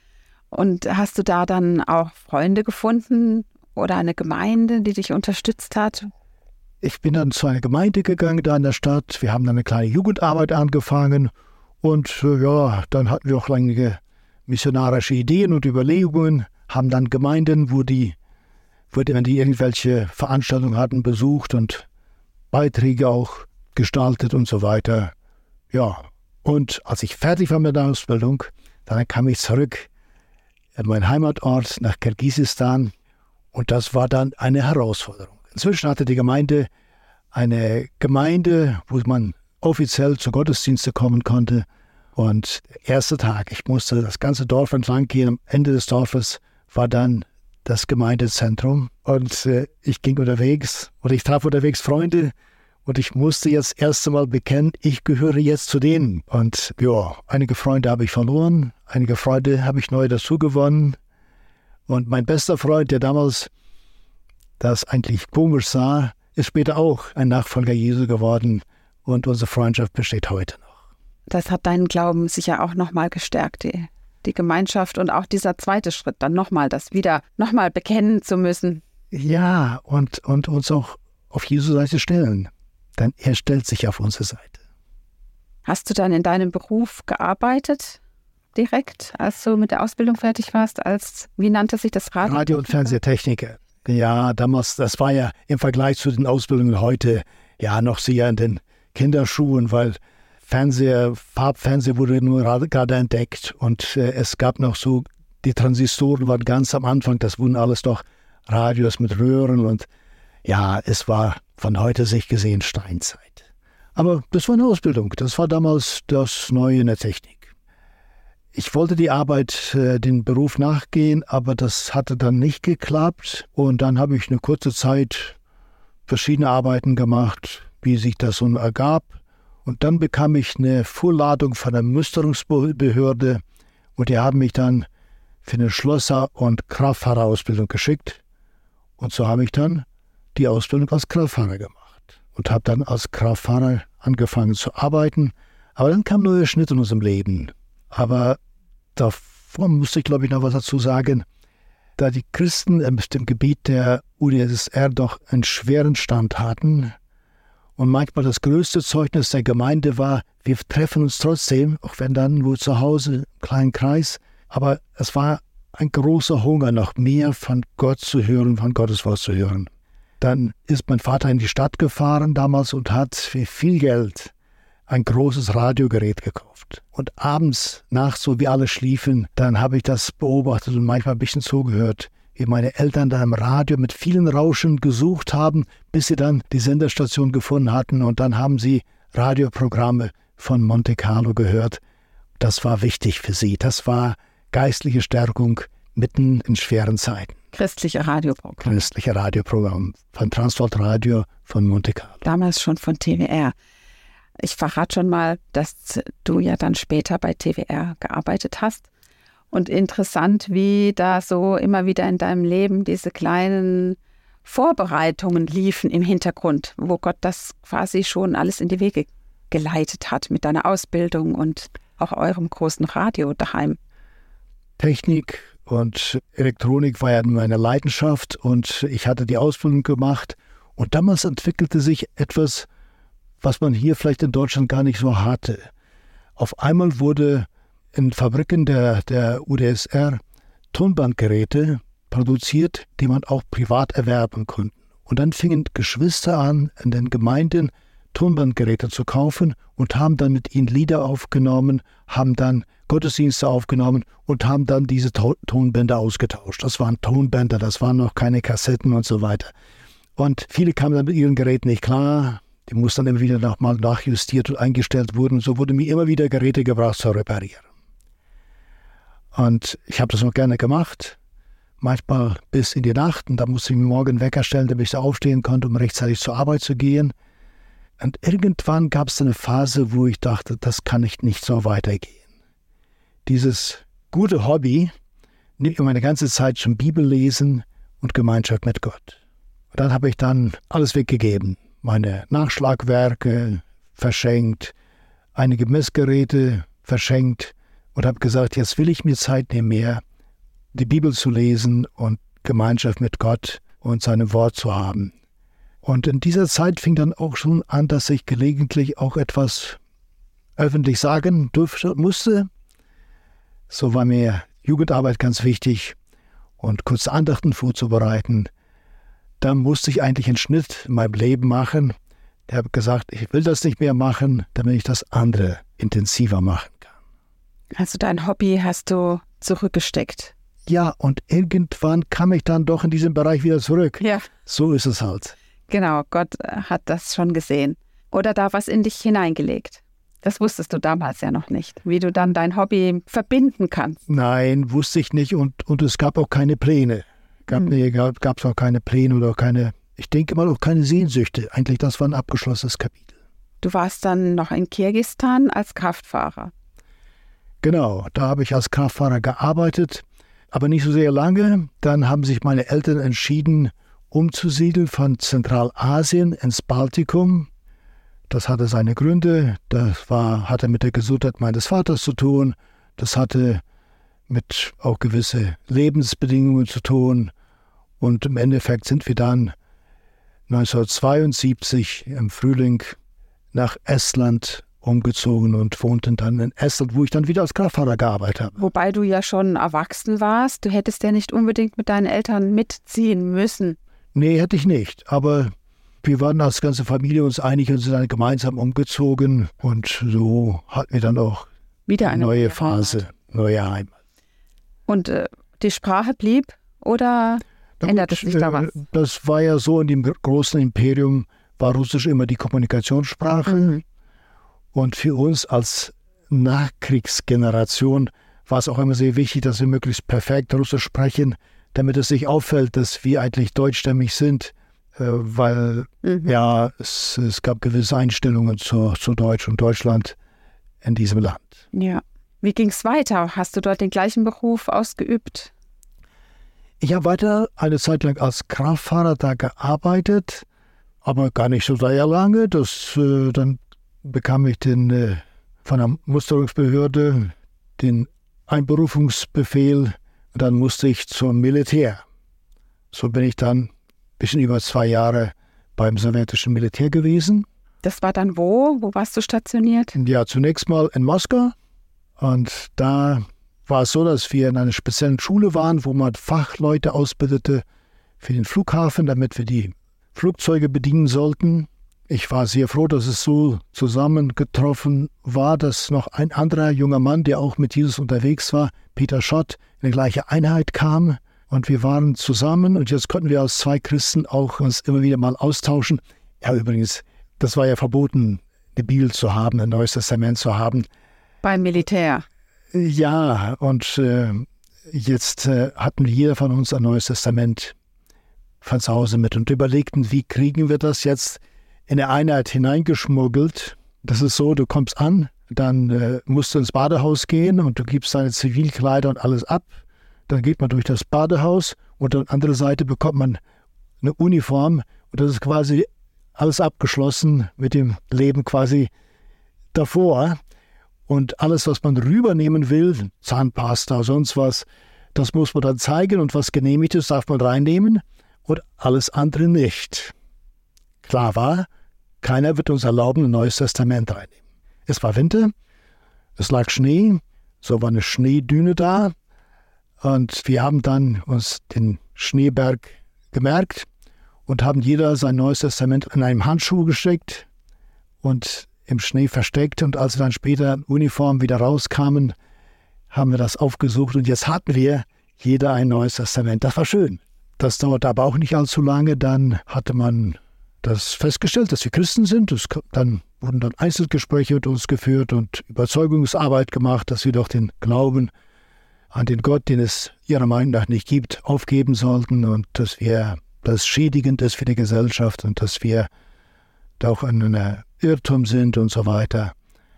Und hast du da dann auch Freunde gefunden oder eine Gemeinde, die dich unterstützt hat? Ich bin dann zu einer Gemeinde gegangen da in der Stadt. Wir haben dann eine kleine Jugendarbeit angefangen und äh, ja, dann hatten wir auch einige missionarische Ideen und Überlegungen, haben dann Gemeinden, wo die, wo die, wenn die irgendwelche Veranstaltungen hatten, besucht und Beiträge auch gestaltet und so weiter. Ja, und als ich fertig war mit der Ausbildung, dann kam ich zurück in meinen Heimatort nach Kirgisistan und das war dann eine Herausforderung. Inzwischen hatte die Gemeinde eine Gemeinde, wo man offiziell zu Gottesdienste kommen konnte. Und der erste Tag, ich musste das ganze Dorf entlang gehen. Am Ende des Dorfes war dann das Gemeindezentrum. Und äh, ich ging unterwegs und ich traf unterwegs Freunde. Und ich musste jetzt das erste Mal bekennen, ich gehöre jetzt zu denen. Und ja, einige Freunde habe ich verloren, einige Freunde habe ich neu dazu gewonnen. Und mein bester Freund, der damals das eigentlich komisch sah, ist später auch ein Nachfolger Jesu geworden. Und unsere Freundschaft besteht heute noch. Das hat deinen Glauben sicher auch nochmal gestärkt, die, die Gemeinschaft und auch dieser zweite Schritt, dann nochmal das wieder nochmal bekennen zu müssen. Ja, und, und uns auch auf Jesu Seite stellen. Denn er stellt sich auf unsere Seite. Hast du dann in deinem Beruf gearbeitet, direkt, als du mit der Ausbildung fertig warst, als, wie nannte sich das, Radio? Radio- und Fernsehtechniker. Ja, damals, das war ja im Vergleich zu den Ausbildungen heute ja noch sehr in den Kinderschuhen, weil Fernseher, Farbfernseher wurde nur gerade entdeckt und äh, es gab noch so, die Transistoren waren ganz am Anfang, das wurden alles doch Radios mit Röhren und ja, es war von heute sich gesehen Steinzeit. Aber das war eine Ausbildung, das war damals das Neue in der Technik. Ich wollte die Arbeit, äh, den Beruf nachgehen, aber das hatte dann nicht geklappt und dann habe ich eine kurze Zeit verschiedene Arbeiten gemacht, wie sich das so ergab. Und dann bekam ich eine Vorladung von der Musterungsbehörde und die haben mich dann für eine Schlosser- und Kraftfahrerausbildung geschickt. Und so habe ich dann die Ausbildung als Kraftfahrer gemacht und habe dann als Kraftfahrer angefangen zu arbeiten. Aber dann kam ein neuer Schnitt in unserem Leben. Aber davor musste ich, glaube ich, noch was dazu sagen. Da die Christen im Gebiet der U d S S R doch einen schweren Stand hatten und manchmal das größte Zeugnis der Gemeinde war, wir treffen uns trotzdem, auch wenn dann nur zu Hause im kleinen Kreis, aber es war ein großer Hunger, noch mehr von Gott zu hören, von Gottes Wort zu hören. Dann ist mein Vater in die Stadt gefahren damals und hat für viel Geld ein großes Radiogerät gekauft. Und abends, nachts, so wie alle schliefen, dann habe ich das beobachtet und manchmal ein bisschen zugehört, wie meine Eltern da im Radio mit vielen Rauschen gesucht haben, bis sie dann die Senderstation gefunden hatten und dann haben sie Radioprogramme von Monte Carlo gehört. Das war wichtig für sie. Das war geistliche Stärkung mitten in schweren Zeiten. Christliche Radioprogramm. Christliche Radioprogramm von Transworld Radio von Monte Carlo. Damals schon von T W R. Ich verrate schon mal, dass du ja dann später bei T W R gearbeitet hast. Und interessant, wie da so immer wieder in deinem Leben diese kleinen Vorbereitungen liefen im Hintergrund, wo Gott das quasi schon alles in die Wege geleitet hat mit deiner Ausbildung und auch eurem großen Radio daheim. Technik und Elektronik war ja meine Leidenschaft und ich hatte die Ausbildung gemacht. Und damals entwickelte sich etwas, was man hier vielleicht in Deutschland gar nicht so hatte. Auf einmal wurde in Fabriken der, der U d S R Tonbandgeräte produziert, die man auch privat erwerben konnte. Und dann fingen Geschwister an, in den Gemeinden Tonbandgeräte zu kaufen und haben dann mit ihnen Lieder aufgenommen, haben dann Gottesdienste aufgenommen und haben dann diese to- Tonbänder ausgetauscht. Das waren Tonbänder, das waren noch keine Kassetten und so weiter. Und viele kamen dann mit ihren Geräten nicht klar. Die mussten dann immer wieder nochmal nachjustiert und eingestellt wurden. So wurde mir immer wieder Geräte gebraucht zu reparieren. Und ich habe das noch gerne gemacht, manchmal bis in die Nacht. Und da musste ich mir morgen einen Wecker stellen, damit ich da aufstehen konnte, um rechtzeitig zur Arbeit zu gehen. Und irgendwann gab es eine Phase, wo ich dachte, das kann ich nicht so weitergehen. Dieses gute Hobby nimmt mir meine ganze Zeit zum Bibellesen und Gemeinschaft mit Gott. Und dann habe ich dann alles weggegeben. Meine Nachschlagwerke verschenkt, einige Messgeräte verschenkt und habe gesagt, jetzt will ich mir Zeit nehmen, mehr die Bibel zu lesen und Gemeinschaft mit Gott und seinem Wort zu haben. Und in dieser Zeit fing dann auch schon an, dass ich gelegentlich auch etwas öffentlich sagen durfte und musste. So war mir Jugendarbeit ganz wichtig und kurze Andachten vorzubereiten. Da musste ich eigentlich einen Schnitt in meinem Leben machen. Ich habe gesagt, ich will das nicht mehr machen, damit ich das andere intensiver machen kann. Also dein Hobby hast du zurückgesteckt. Ja, und irgendwann kam ich dann doch in diesen Bereich wieder zurück. Ja. So ist es halt. Genau, Gott hat das schon gesehen. Oder da was in dich hineingelegt. Das wusstest du damals ja noch nicht, wie du dann dein Hobby verbinden kannst. Nein, wusste ich nicht und, und es gab auch keine Pläne. Gab, hm. Nee, gab es auch keine Pläne oder keine, ich denke mal auch keine Sehnsüchte. Eigentlich, das war ein abgeschlossenes Kapitel. Du warst dann noch in Kirgisistan als Kraftfahrer. Genau, da habe ich als Kraftfahrer gearbeitet, aber nicht so sehr lange. Dann haben sich meine Eltern entschieden, umzusiedeln von Zentralasien ins Baltikum. Das hatte seine Gründe. Das war, hatte mit der Gesundheit meines Vaters zu tun. Das hatte mit auch gewisse Lebensbedingungen zu tun. Und im Endeffekt sind wir dann neunzehnhundertzweiundsiebzig im Frühling nach Estland umgezogen und wohnten dann in Estland, wo ich dann wieder als Kraftfahrer gearbeitet habe. Wobei du ja schon erwachsen warst. Du hättest ja nicht unbedingt mit deinen Eltern mitziehen müssen. Nee, hätte ich nicht. Aber wir waren als ganze Familie uns einig und sind dann gemeinsam umgezogen. Und so hatten wir dann auch wieder eine neue neue Phase, Heimat. neue Heimat. Und äh, die Sprache blieb oder Na änderte gut, sich da was? äh, Das war ja so, in dem großen Imperium war Russisch immer die Kommunikationssprache. Mhm. Und für uns als Nachkriegsgeneration war es auch immer sehr wichtig, dass wir möglichst perfekt Russisch sprechen, damit es sich auffällt, dass wir eigentlich deutschstämmig sind. äh, weil mhm. ja, es, es gab gewisse Einstellungen zu, zu Deutsch und Deutschland in diesem Land. Ja. Wie ging es weiter? Hast du dort den gleichen Beruf ausgeübt? Ich habe weiter eine Zeit lang als Kraftfahrer da gearbeitet, aber gar nicht so sehr lange. Das, äh, dann bekam ich den, äh, von der Musterungsbehörde den Einberufungsbefehl und dann musste ich zum Militär. So bin ich dann ein bisschen über zwei Jahre beim sowjetischen Militär gewesen. Das war dann wo? Wo warst du stationiert? Ja, zunächst mal in Moskau. Und da war es so, dass wir in einer speziellen Schule waren, wo man Fachleute ausbildete für den Flughafen, damit wir die Flugzeuge bedienen sollten. Ich war sehr froh, dass es so zusammengetroffen war, dass noch ein anderer junger Mann, der auch mit Jesus unterwegs war, Peter Schott, in die gleiche Einheit kam. Und wir waren zusammen und jetzt konnten wir als zwei Christen auch uns immer wieder mal austauschen. Ja, übrigens, das war ja verboten, eine Bibel zu haben, ein Neues Testament zu haben. Beim Militär? Ja, und äh, jetzt äh, hatten jeder von uns ein Neues Testament von zu Hause mit und überlegten, wie kriegen wir das jetzt in eine Einheit hineingeschmuggelt. Das ist so, du kommst an, dann äh, musst du ins Badehaus gehen und du gibst deine Zivilkleider und alles ab. Dann geht man durch das Badehaus und an der anderen Seite bekommt man eine Uniform und das ist quasi alles abgeschlossen mit dem Leben quasi davor. Und alles, was man rübernehmen will, Zahnpasta, sonst was, das muss man dann zeigen und was genehmigt ist, darf man reinnehmen und alles andere nicht. Klar war, keiner wird uns erlauben, ein Neues Testament reinnehmen. Es war Winter, es lag Schnee, so war eine Schneedüne da und wir haben dann uns den Schneeberg gemerkt und haben jeder sein Neues Testament in einem Handschuh gesteckt und im Schnee versteckt und als wir dann später in Uniform wieder rauskamen, haben wir das aufgesucht und jetzt hatten wir jeder ein Neues Testament. Das war schön. Das dauerte aber auch nicht allzu lange. Dann hatte man das festgestellt, dass wir Christen sind. Es, dann wurden dann Einzelgespräche mit uns geführt und Überzeugungsarbeit gemacht, dass wir doch den Glauben an den Gott, den es ihrer Meinung nach nicht gibt, aufgeben sollten und dass wir das schädigend ist für die Gesellschaft und dass wir doch in einer Irrtum sind und so weiter.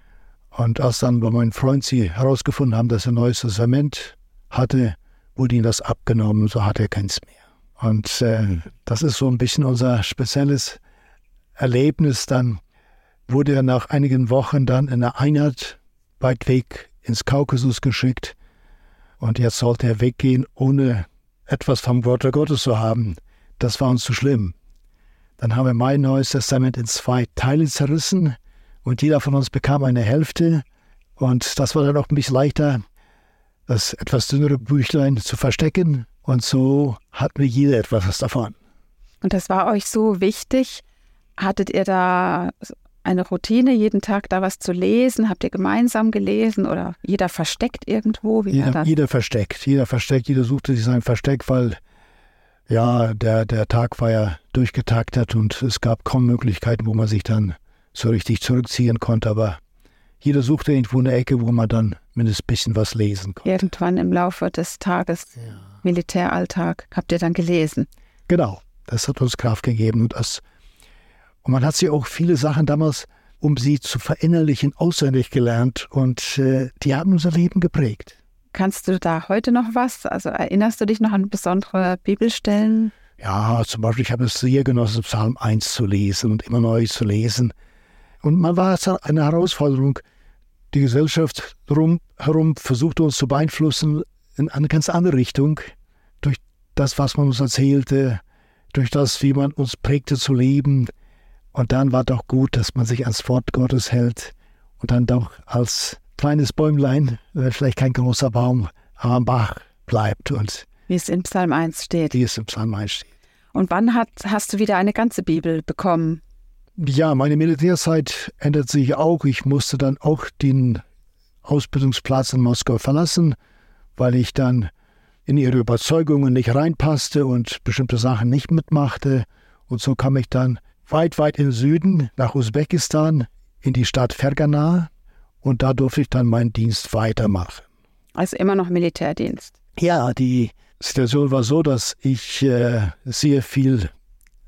Und als dann bei meinem Freund sie herausgefunden haben, dass er ein Neues Testament hatte, wurde ihm das abgenommen, so hat er keins mehr. Und äh, das ist so ein bisschen unser spezielles Erlebnis. Dann wurde er nach einigen Wochen dann in einer Einheit weit weg ins Kaukasus geschickt und jetzt sollte er weggehen, ohne etwas vom Wort Gottes zu haben. Das war uns zu schlimm. Dann haben wir mein Neues Testament in zwei Teile zerrissen und jeder von uns bekam eine Hälfte. Und das war dann auch ein bisschen leichter, das etwas dünnere Büchlein zu verstecken. Und so hatten wir jeder etwas davon. Und das war euch so wichtig? Hattet ihr da eine Routine, jeden Tag da was zu lesen? Habt ihr gemeinsam gelesen oder jeder versteckt irgendwo? Wie jeder, war das? Jeder versteckt, jeder versteckt, jeder suchte sich sein Versteck, weil ja, der, der Tag war ja durchgetaktet und es gab kaum Möglichkeiten, wo man sich dann so richtig zurückziehen konnte. Aber jeder suchte irgendwo eine Ecke, wo man dann mindestens ein bisschen was lesen konnte. Irgendwann im Laufe des Tages, ja. Militäralltag, habt ihr dann gelesen? Genau, das hat uns Kraft gegeben. Und, das, und man hat sich auch viele Sachen damals, um sie zu verinnerlichen, auswendig gelernt. Und äh, die haben unser Leben geprägt. Kannst du da heute noch was? Also erinnerst du dich noch an besondere Bibelstellen? Ja, zum Beispiel, ich habe es sehr genossen, Psalm eins zu lesen und immer neu zu lesen. Und man war es eine Herausforderung. Die Gesellschaft drumherum versuchte uns zu beeinflussen in eine ganz andere Richtung. Durch das, was man uns erzählte, durch das, wie man uns prägte zu leben. Und dann war doch gut, dass man sich ans Wort Gottes hält und dann doch als kleines Bäumlein, vielleicht kein großer Baum, aber am Bach bleibt. Und wie es in Psalm eins steht. Wie es im Psalm eins steht. Und wann hat, hast du wieder eine ganze Bibel bekommen? Ja, meine Militärzeit ändert sich auch. Ich musste dann auch den Ausbildungsplatz in Moskau verlassen, weil ich dann in ihre Überzeugungen nicht reinpasste und bestimmte Sachen nicht mitmachte. Und so kam ich dann weit, weit in den Süden, nach Usbekistan, in die Stadt Fergana. Und da durfte ich dann meinen Dienst weitermachen. Also immer noch Militärdienst? Ja, die Situation war so, dass ich äh, sehr viel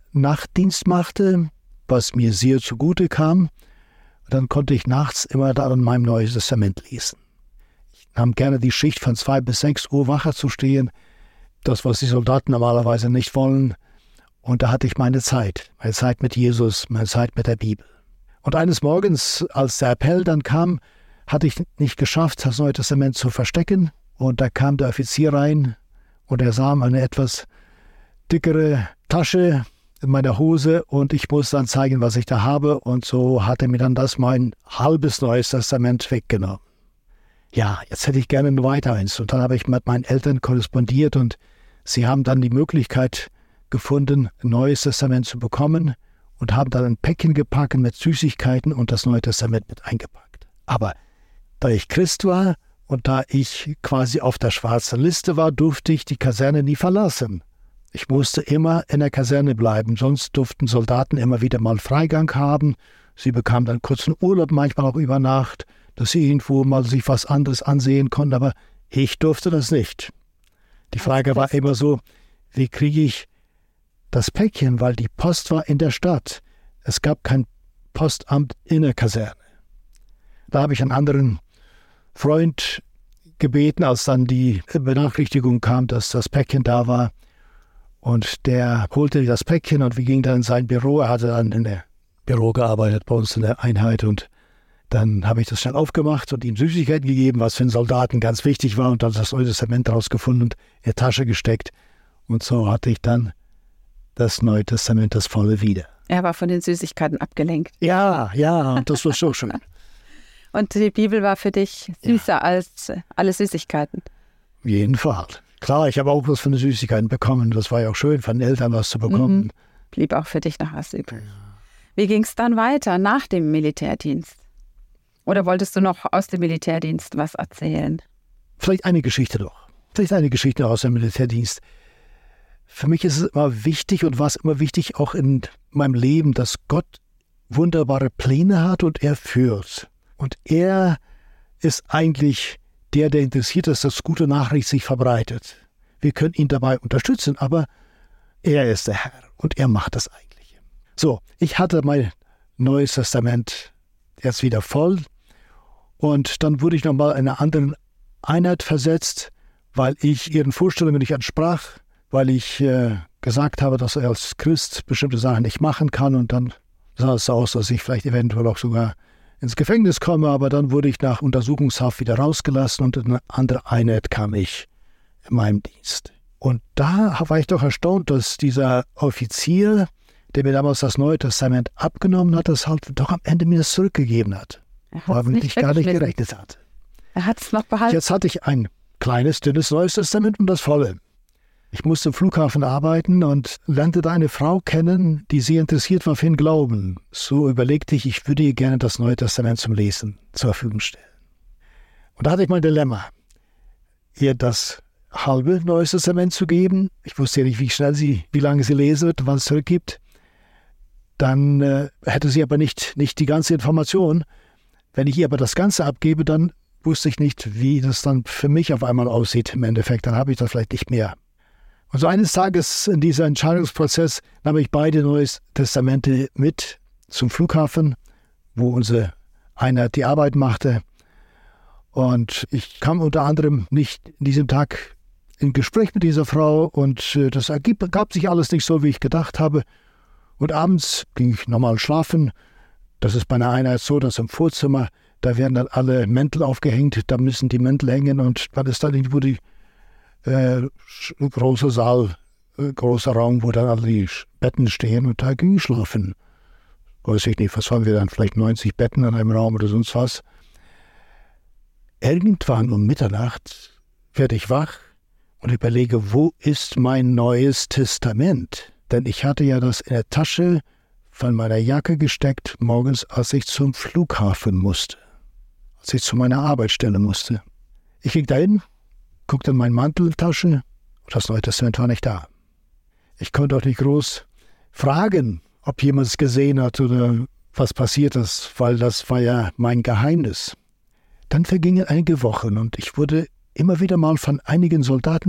Nachtdienst machte, was mir sehr zugute kam. Dann konnte ich nachts immer da in meinem Neuen Testament lesen. Ich nahm gerne die Schicht von zwei bis sechs Uhr wacher zu stehen, das, was die Soldaten normalerweise nicht wollen. Und da hatte ich meine Zeit, meine Zeit mit Jesus, meine Zeit mit der Bibel. Und eines Morgens, als der Appell dann kam, hatte ich nicht geschafft, das Neue Testament zu verstecken. Und da kam der Offizier rein und er sah eine etwas dickere Tasche in meiner Hose und ich musste dann zeigen, was ich da habe. Und so hat er mir dann das mein halbes Neues Testament weggenommen. Ja, jetzt hätte ich gerne nur weiter eins. Und dann habe ich mit meinen Eltern korrespondiert und sie haben dann die Möglichkeit gefunden, ein Neues Testament zu bekommen und haben dann ein Päckchen gepackt mit Süßigkeiten und das Neue Testament mit eingepackt. Aber da ich Christ war und da ich quasi auf der schwarzen Liste war, durfte ich die Kaserne nie verlassen. Ich musste immer in der Kaserne bleiben, sonst durften Soldaten immer wieder mal Freigang haben. Sie bekamen dann kurzen Urlaub, manchmal auch über Nacht, dass sie irgendwo mal sich was anderes ansehen konnten, aber ich durfte das nicht. Die Frage war immer so, wie kriege ich das Päckchen, weil die Post war in der Stadt. Es gab kein Postamt in der Kaserne. Da habe ich einen anderen Freund gebeten, als dann die Benachrichtigung kam, dass das Päckchen da war. Und der holte das Päckchen und wir gingen dann in sein Büro. Er hatte dann in der Büro gearbeitet, bei uns in der Einheit. Und dann habe ich das schnell aufgemacht und ihm Süßigkeiten gegeben, was für einen Soldaten ganz wichtig war. Und dann das Neue Testament rausgefunden und in die Tasche gesteckt. Und so hatte ich dann das Neue Testament, das volle wieder. Er war von den Süßigkeiten abgelenkt. Ja, ja, und das war so schön. Und die Bibel war für dich süßer ja. als alle Süßigkeiten? Auf jeden Fall. Klar, ich habe auch was von den Süßigkeiten bekommen. Das war ja auch schön, von den Eltern was zu bekommen. Mhm. Blieb auch für dich noch was übrig. Ja. Wie ging es dann weiter nach dem Militärdienst? Oder wolltest du noch aus dem Militärdienst was erzählen? Vielleicht eine Geschichte doch. Vielleicht eine Geschichte aus dem Militärdienst. Für mich ist es immer wichtig und war es immer wichtig, auch in meinem Leben, dass Gott wunderbare Pläne hat und er führt. Und er ist eigentlich der, der interessiert ist, dass gute Nachricht sich verbreitet. Wir können ihn dabei unterstützen, aber er ist der Herr und er macht das Eigentliche. So, ich hatte mein Neues Testament jetzt wieder voll und dann wurde ich nochmal in eine andere Einheit versetzt, weil ich ihren Vorstellungen nicht entsprach, weil ich äh, gesagt habe, dass er als Christ bestimmte Sachen nicht machen kann und dann sah es so aus, dass ich vielleicht eventuell auch sogar ins Gefängnis komme, aber dann wurde ich nach Untersuchungshaft wieder rausgelassen und in eine andere Einheit kam ich in meinem Dienst. Und da war ich doch erstaunt, dass dieser Offizier, der mir damals das Neue Testament abgenommen hat, das halt doch am Ende mir das zurückgegeben hat, womit ich gar nicht gerechnet hatte. Er hat es noch behalten. Jetzt hatte ich ein kleines, dünnes Neues Testament und das volle. Ich musste im Flughafen arbeiten und lernte da eine Frau kennen, die sehr interessiert war für den Glauben. So überlegte ich, ich würde ihr gerne das Neue Testament zum Lesen zur Verfügung stellen. Und da hatte ich mein Dilemma, ihr das halbe Neue Testament zu geben. Ich wusste ja nicht, wie schnell sie, wie lange sie lesen wird und was es zurückgibt. Dann äh, hätte sie aber nicht, nicht die ganze Information. Wenn ich ihr aber das Ganze abgebe, dann wusste ich nicht, wie das dann für mich auf einmal aussieht im Endeffekt. Dann habe ich das vielleicht nicht mehr. Und so eines Tages in diesem Entscheidungsprozess nahm ich beide Neue Testamente mit zum Flughafen, wo unsere Einheit die Arbeit machte. Und ich kam unter anderem nicht in diesem Tag in Gespräch mit dieser Frau und das ergab, gab sich alles nicht so, wie ich gedacht habe. Und abends ging ich nochmal schlafen. Das ist bei einer Einheit so, dass im Vorzimmer, da werden dann alle Mäntel aufgehängt, da müssen die Mäntel hängen und dann ist dann irgendwo die Äh, großer Saal, äh, großer Raum, wo dann alle die Betten stehen und da ging ich schlafen. Weiß ich nicht, was haben wir dann, vielleicht neunzig Betten in einem Raum oder sonst was. Irgendwann um Mitternacht werde ich wach und überlege, wo ist mein Neues Testament? Denn ich hatte ja das in der Tasche von meiner Jacke gesteckt, morgens, als ich zum Flughafen musste, als ich zu meiner Arbeitsstelle musste. Ich ging dahin, guckte in meine Manteltasche und das Neue Testament war nicht da. Ich konnte auch nicht groß fragen, ob jemand es gesehen hat oder was passiert ist, weil das war ja mein Geheimnis. Dann vergingen einige Wochen und ich wurde immer wieder mal von einigen Soldaten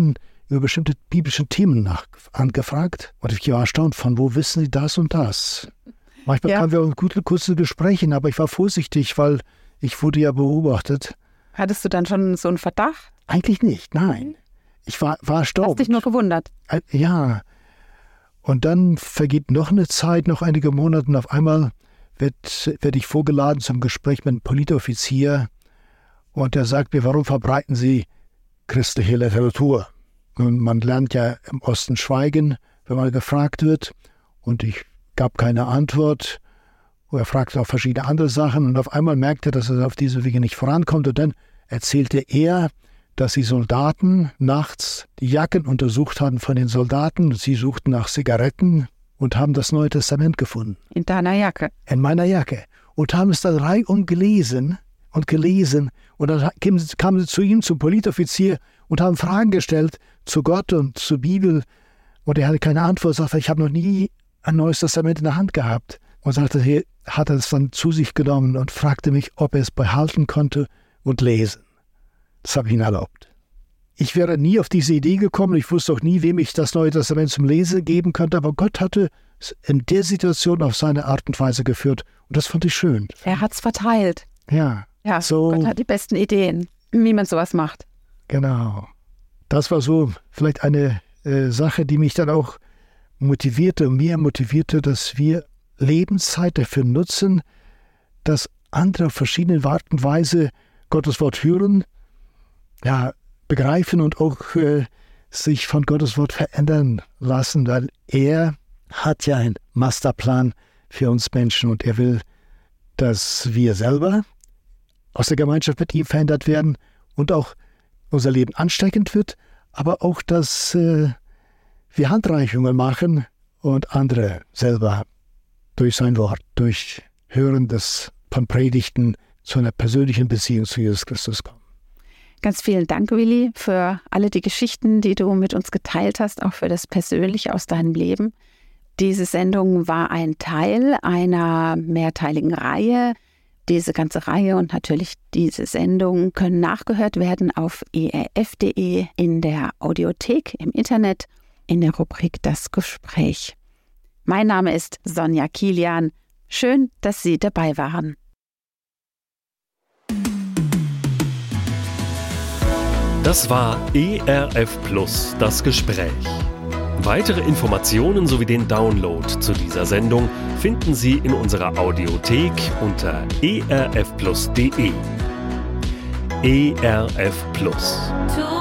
über bestimmte biblische Themen nach, angefragt. Und ich war erstaunt, von wo wissen Sie das und das? Manchmal ja. kamen wir in gute, kurze Gespräche, aber ich war vorsichtig, weil ich wurde ja beobachtet. Hattest du dann schon so einen Verdacht? Eigentlich nicht, nein. Ich war, war erstaunt. Hast dich nur gewundert? Ja. Und dann vergeht noch eine Zeit, noch einige Monate, und auf einmal wird, werde ich vorgeladen zum Gespräch mit einem Politoffizier. Und der sagt mir, warum verbreiten Sie christliche Literatur? Und man lernt ja im Osten schweigen, wenn man gefragt wird. Und ich gab keine Antwort. Und er fragte auch verschiedene andere Sachen. Und auf einmal merkte er, dass er auf diese Wege nicht vorankommt. Und dann erzählte er, dass die Soldaten nachts die Jacken untersucht hatten von den Soldaten. Sie suchten nach Zigaretten und haben das Neue Testament gefunden. In deiner Jacke? In meiner Jacke. Und haben es dann reihum gelesen und gelesen. Und dann kamen sie zu ihm, zum Politoffizier, und haben Fragen gestellt zu Gott und zur Bibel. Und er hatte keine Antwort. Er sagte, ich habe noch nie ein Neues Testament in der Hand gehabt. Und sagte, hier hat er es dann zu sich genommen und fragte mich, ob er es behalten konnte und lesen. Das habe ich ihm erlaubt. Ich wäre nie auf diese Idee gekommen. Ich wusste auch nie, wem ich das Neue Testament zum Lesen geben könnte. Aber Gott hatte es in der Situation auf seine Art und Weise geführt. Und das fand ich schön. Er hat es verteilt. Ja. Ja, so, Gott hat die besten Ideen, wie man sowas macht. Genau. Das war so vielleicht eine äh, Sache, die mich dann auch motivierte, mehr motivierte, dass wir Lebenszeit dafür nutzen, dass andere auf verschiedene Art und Weise Gottes Wort hören, ja, begreifen und auch äh, sich von Gottes Wort verändern lassen, weil er hat ja einen Masterplan für uns Menschen und er will, dass wir selber aus der Gemeinschaft mit ihm verändert werden und auch unser Leben ansteckend wird, aber auch, dass äh, wir Handreichungen machen und andere selber durch sein Wort, durch Hören des von Predigten zu einer persönlichen Beziehung zu Jesus Christus kommen. Ganz vielen Dank, Willi, für alle die Geschichten, die du mit uns geteilt hast, auch für das Persönliche aus deinem Leben. Diese Sendung war ein Teil einer mehrteiligen Reihe. Diese ganze Reihe und natürlich diese Sendung können nachgehört werden auf e r f punkt d e in der Audiothek im Internet in der Rubrik Das Gespräch. Mein Name ist Sonja Kilian. Schön, dass Sie dabei waren. Das war E R F Plus, das Gespräch. Weitere Informationen sowie den Download zu dieser Sendung finden Sie in unserer Audiothek unter e r f plus punkt d e. E R F Plus.